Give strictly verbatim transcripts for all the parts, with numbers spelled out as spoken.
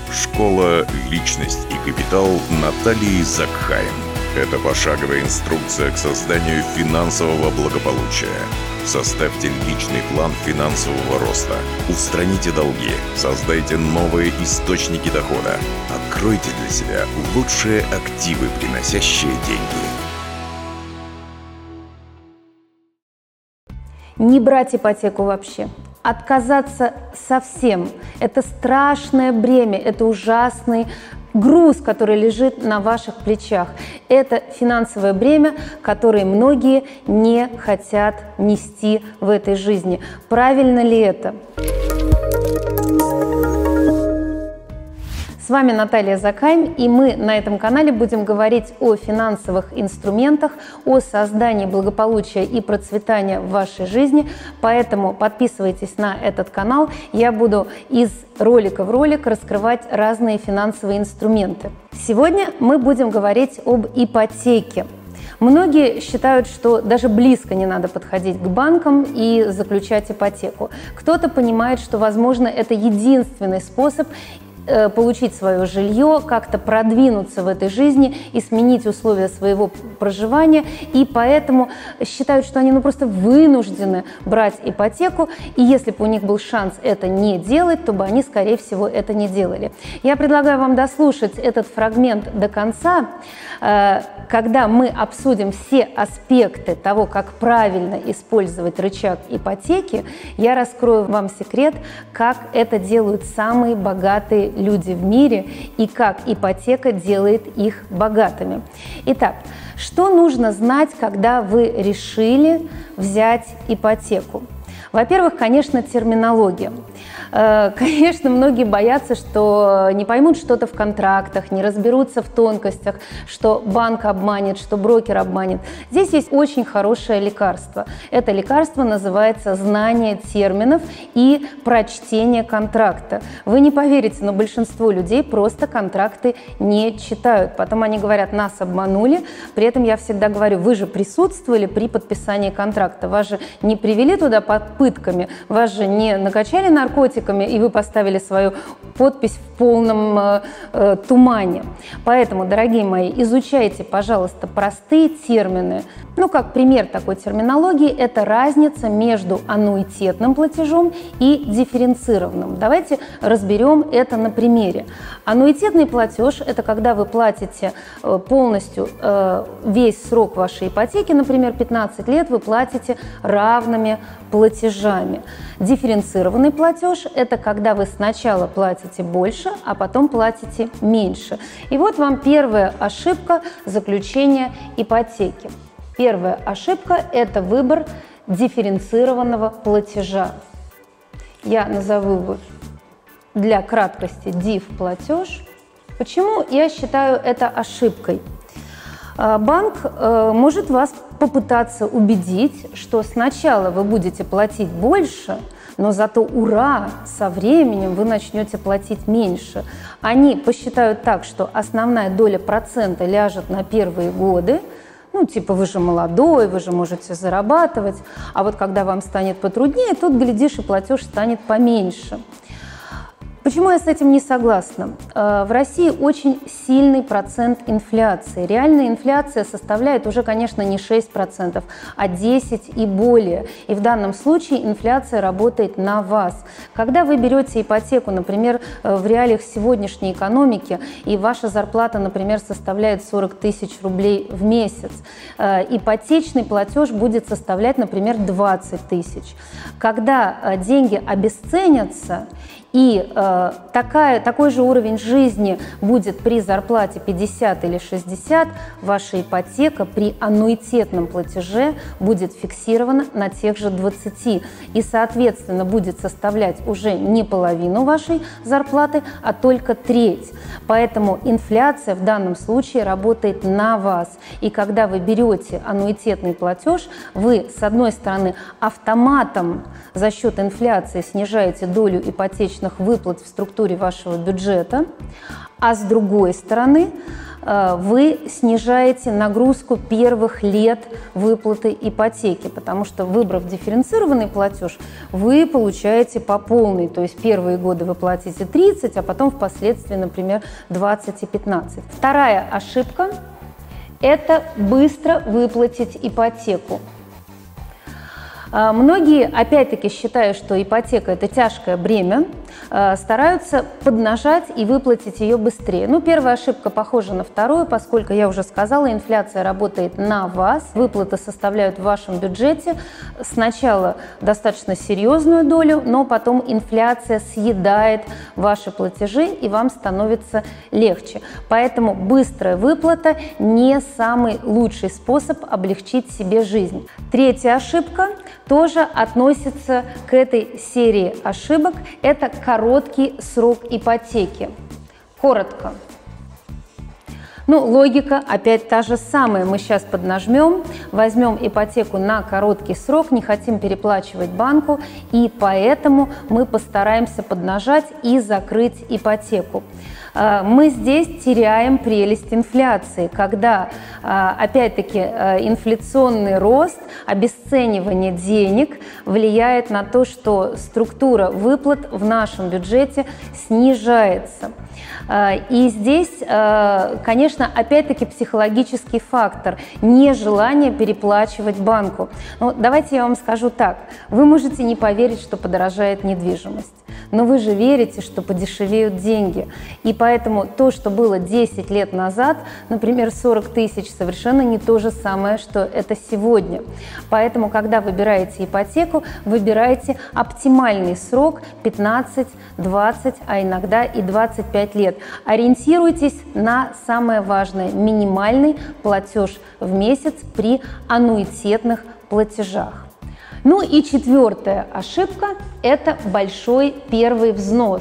Школа «Личность и капитал» Натальи Закхайм. Это пошаговая инструкция к созданию финансового благополучия. Составьте личный план финансового роста. Устраните долги. Создайте новые источники дохода. Откройте для себя лучшие активы, приносящие деньги. Не брать ипотеку вообще. Отказаться совсем. Это страшное бремя, это ужасный груз, который лежит на ваших плечах. Это финансовое бремя, которое многие не хотят нести в этой жизни. Правильно ли это? С вами Наталья Закхайм, и мы на этом канале будем говорить о финансовых инструментах, о создании благополучия и процветания в вашей жизни. Поэтому подписывайтесь на этот канал. Я буду из ролика в ролик раскрывать разные финансовые инструменты. Сегодня мы будем говорить об ипотеке. Многие считают, что даже близко не надо подходить к банкам и заключать ипотеку. Кто-то понимает, что, возможно, это единственный способ получить свое жилье, как-то продвинуться в этой жизни и сменить условия своего проживания, и поэтому считают, что они ну, просто вынуждены брать ипотеку, и если бы у них был шанс это не делать, то бы они, скорее всего, это не делали. Я предлагаю вам дослушать этот фрагмент до конца, когда мы обсудим все аспекты того, как правильно использовать рычаг ипотеки. Я раскрою вам секрет, как это делают самые богатые люди в мире и как ипотека делает их богатыми. Итак, что нужно знать, когда вы решили взять ипотеку? Во-первых, конечно, терминология. Конечно, многие боятся, что не поймут что-то в контрактах, не разберутся в тонкостях, что банк обманет, что брокер обманет. Здесь есть очень хорошее лекарство. Это лекарство называется знание терминов и прочтение контракта. Вы не поверите, но большинство людей просто контракты не читают. Потом они говорят, нас обманули. При этом я всегда говорю, вы же присутствовали при подписании контракта. Вас же не привели туда под пытками, вас же не накачали наркотиками, и вы поставили свою подпись в полном э, э, тумане. Поэтому, дорогие мои, изучайте, пожалуйста, простые термины. Ну, как пример такой терминологии, это разница между аннуитетным платежом и дифференцированным. Давайте разберем это на примере. Аннуитетный платеж – это когда вы платите полностью э, весь срок вашей ипотеки, например, пятнадцать лет, вы платите равными платежами. Дифференцированный платеж – это когда вы сначала платите больше, а потом платите меньше. И вот вам первая ошибка заключения ипотеки. Первая ошибка – это выбор дифференцированного платежа. Я назову его для краткости диф-платеж. Почему я считаю это ошибкой? Банк э, может вас попытаться убедить, что сначала вы будете платить больше, но зато ура, со временем вы начнете платить меньше. Они посчитают так, что основная доля процента ляжет на первые годы, ну, типа, вы же молодой, вы же можете зарабатывать, а вот когда вам станет потруднее, тут, глядишь, и платеж станет поменьше. Почему я с этим не согласна? В России очень сильный процент инфляции. Реальная инфляция составляет уже, конечно, не шесть процентов, а десять процентов и более. И в данном случае инфляция работает на вас. Когда вы берете ипотеку, например, в реалиях сегодняшней экономики, и ваша зарплата, например, составляет сорок тысяч рублей в месяц, ипотечный платеж будет составлять, например, двадцать тысяч. Когда деньги обесценятся, и э, такая, такой же уровень жизни будет при зарплате пятьдесят или шестьдесят, ваша ипотека при аннуитетном платеже будет фиксирована на тех же двадцати. И, соответственно, будет составлять уже не половину вашей зарплаты, а только треть. Поэтому инфляция в данном случае работает на вас. И когда вы берете аннуитетный платеж, вы, с одной стороны, автоматом за счет инфляции снижаете долю ипотечного ежемесячных выплат в структуре вашего бюджета, а с другой стороны вы снижаете нагрузку первых лет выплаты ипотеки, потому что, выбрав дифференцированный платеж, вы получаете по полной, то есть первые годы вы платите тридцать, а потом впоследствии, например, двадцать и пятнадцать. Вторая ошибка – это быстро выплатить ипотеку. Многие, опять-таки, считая, что ипотека – это тяжкое бремя, стараются поднажать и выплатить ее быстрее. Ну, первая ошибка похожа на вторую, поскольку, я уже сказала, инфляция работает на вас, выплаты составляют в вашем бюджете сначала достаточно серьезную долю, но потом инфляция съедает ваши платежи, и вам становится легче. Поэтому быстрая выплата не самый лучший способ облегчить себе жизнь. Третья ошибка тоже относится к этой серии ошибок. Это короткий срок ипотеки. Коротко. Ну, логика опять та же самая. Мы сейчас поднажмем, возьмем ипотеку на короткий срок, не хотим переплачивать банку, и поэтому мы постараемся поднажать и закрыть ипотеку. Мы здесь теряем прелесть инфляции, когда, опять-таки, инфляционный рост, обесценивание денег влияет на то, что структура выплат в нашем бюджете снижается. И здесь, конечно, опять-таки психологический фактор – нежелание переплачивать банку. Но давайте я вам скажу так. Вы можете не поверить, что подорожает недвижимость, но вы же верите, что подешевеют деньги. И поэтому то, что было десять лет назад, например, сорок тысяч, совершенно не то же самое, что это сегодня. Поэтому, когда выбираете ипотеку, выбирайте оптимальный срок пятнадцать, двадцать, а иногда и двадцать пять лет. Ориентируйтесь на самое важное – минимальный платеж в месяц при аннуитетных платежах. Ну и четвертая ошибка – это большой первый взнос.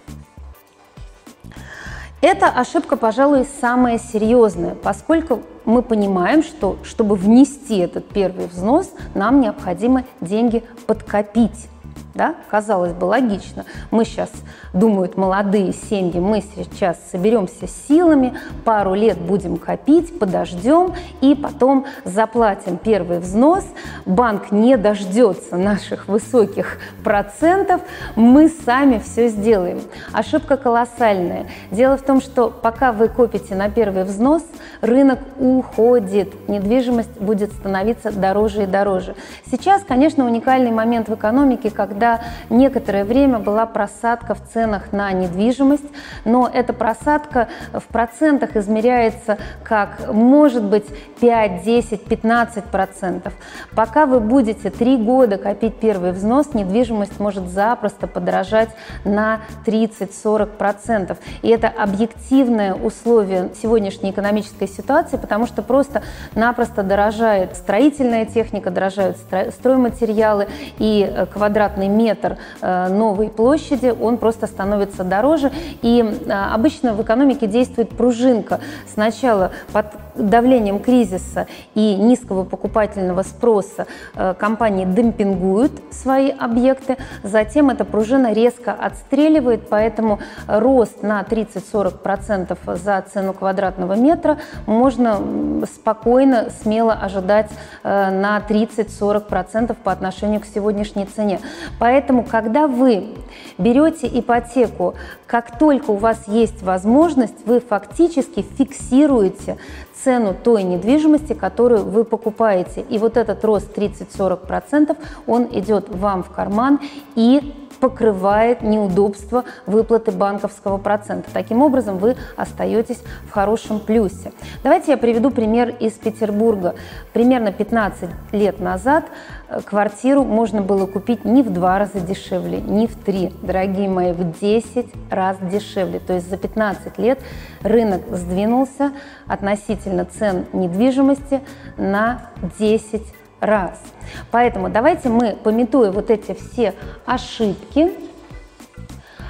Эта ошибка, пожалуй, самая серьезная, поскольку мы понимаем, что чтобы внести этот первый взнос, нам необходимо деньги подкопить. Да? Казалось бы, логично. Мы сейчас, думают молодые семьи, мы сейчас соберемся с силами, пару лет будем копить, подождем и потом заплатим первый взнос. Банк не дождется наших высоких процентов, мы сами все сделаем. Ошибка колоссальная. Дело в том, что пока вы копите на первый взнос, рынок уходит, недвижимость будет становиться дороже и дороже. Сейчас, конечно, уникальный момент в экономике, когда некоторое время была просадка в ценах на недвижимость, но эта просадка в процентах измеряется как, может быть, пять, десять, пятнадцать процентов. Пока вы будете три года копить первый взнос, недвижимость может запросто подорожать на тридцать-сорок процентов. И это объективное условие сегодняшней экономической ситуации, потому что просто-напросто дорожает строительная техника, дорожают стройматериалы, и квадратный метр новой площади, он просто становится дороже. И обычно в экономике действует пружинка. Сначала под давлением кризиса и низкого покупательного спроса компании демпингуют свои объекты, затем эта пружина резко отстреливает, поэтому рост на тридцать-сорок процентов за цену квадратного метра можно спокойно, смело ожидать на тридцать-сорок процентов по отношению к сегодняшней цене. Поэтому, когда вы берете ипотеку, как только у вас есть возможность, вы фактически фиксируете цену той недвижимости, которую вы покупаете. И вот этот рост тридцать-сорок процентов, он идет вам в карман и покрывает неудобства выплаты банковского процента. Таким образом, вы остаетесь в хорошем плюсе. Давайте я приведу пример из Петербурга. Примерно пятнадцать лет назад квартиру можно было купить не в два раза дешевле, не в три, дорогие мои, в десять раз дешевле. То есть за пятнадцать лет рынок сдвинулся относительно цен недвижимости на десять раз. Поэтому давайте мы, памятуя вот эти все ошибки,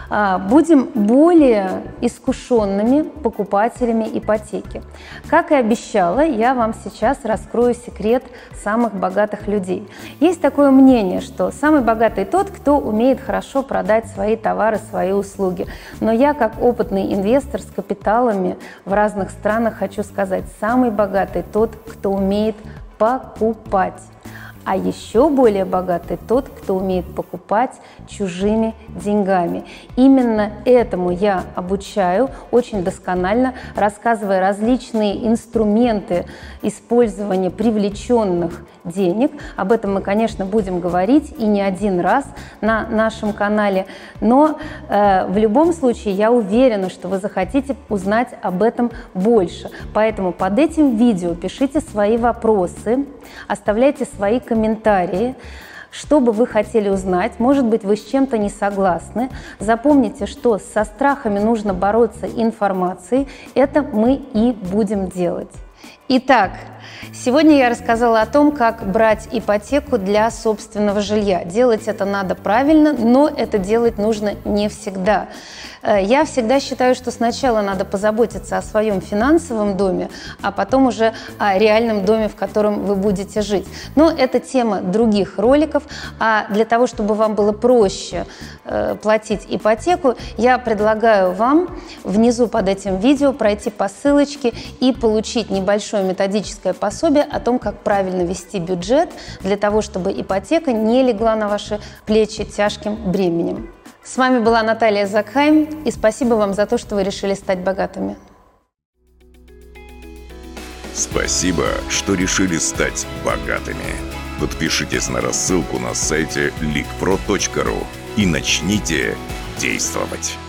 будем более искушенными покупателями ипотеки. Как и обещала, я вам сейчас раскрою секрет самых богатых людей. Есть такое мнение, что самый богатый тот, кто умеет хорошо продать свои товары, свои услуги. Но я, как опытный инвестор с капиталами в разных странах, хочу сказать, самый богатый тот, кто умеет покупать. А еще более богатый тот, кто умеет покупать чужими деньгами. Именно этому я обучаю очень досконально, рассказывая различные инструменты использования привлеченных денег. Об этом мы, конечно, будем говорить и не один раз на нашем канале. Но э, в любом случае я уверена, что вы захотите узнать об этом больше. Поэтому под этим видео пишите свои вопросы, оставляйте свои комментарии. Что бы вы хотели узнать, может быть, вы с чем-то не согласны. Запомните, что со страхами нужно бороться информацией. Это мы и будем делать. Итак, сегодня я рассказала о том, как брать ипотеку для собственного жилья. Делать это надо правильно, но это делать нужно не всегда. Я всегда считаю, что сначала надо позаботиться о своем финансовом доме, а потом уже о реальном доме, в котором вы будете жить. Но это тема других роликов, а для того, чтобы вам было проще э, платить ипотеку, я предлагаю вам внизу под этим видео пройти по ссылочке и получить небольшое методическое пособие о том, как правильно вести бюджет для того, чтобы ипотека не легла на ваши плечи тяжким бременем. С вами была Наталья Закхайм, и спасибо вам за то, что вы решили стать богатыми. Спасибо, что решили стать богатыми. Подпишитесь на рассылку на сайте ликпро точка ру и начните действовать.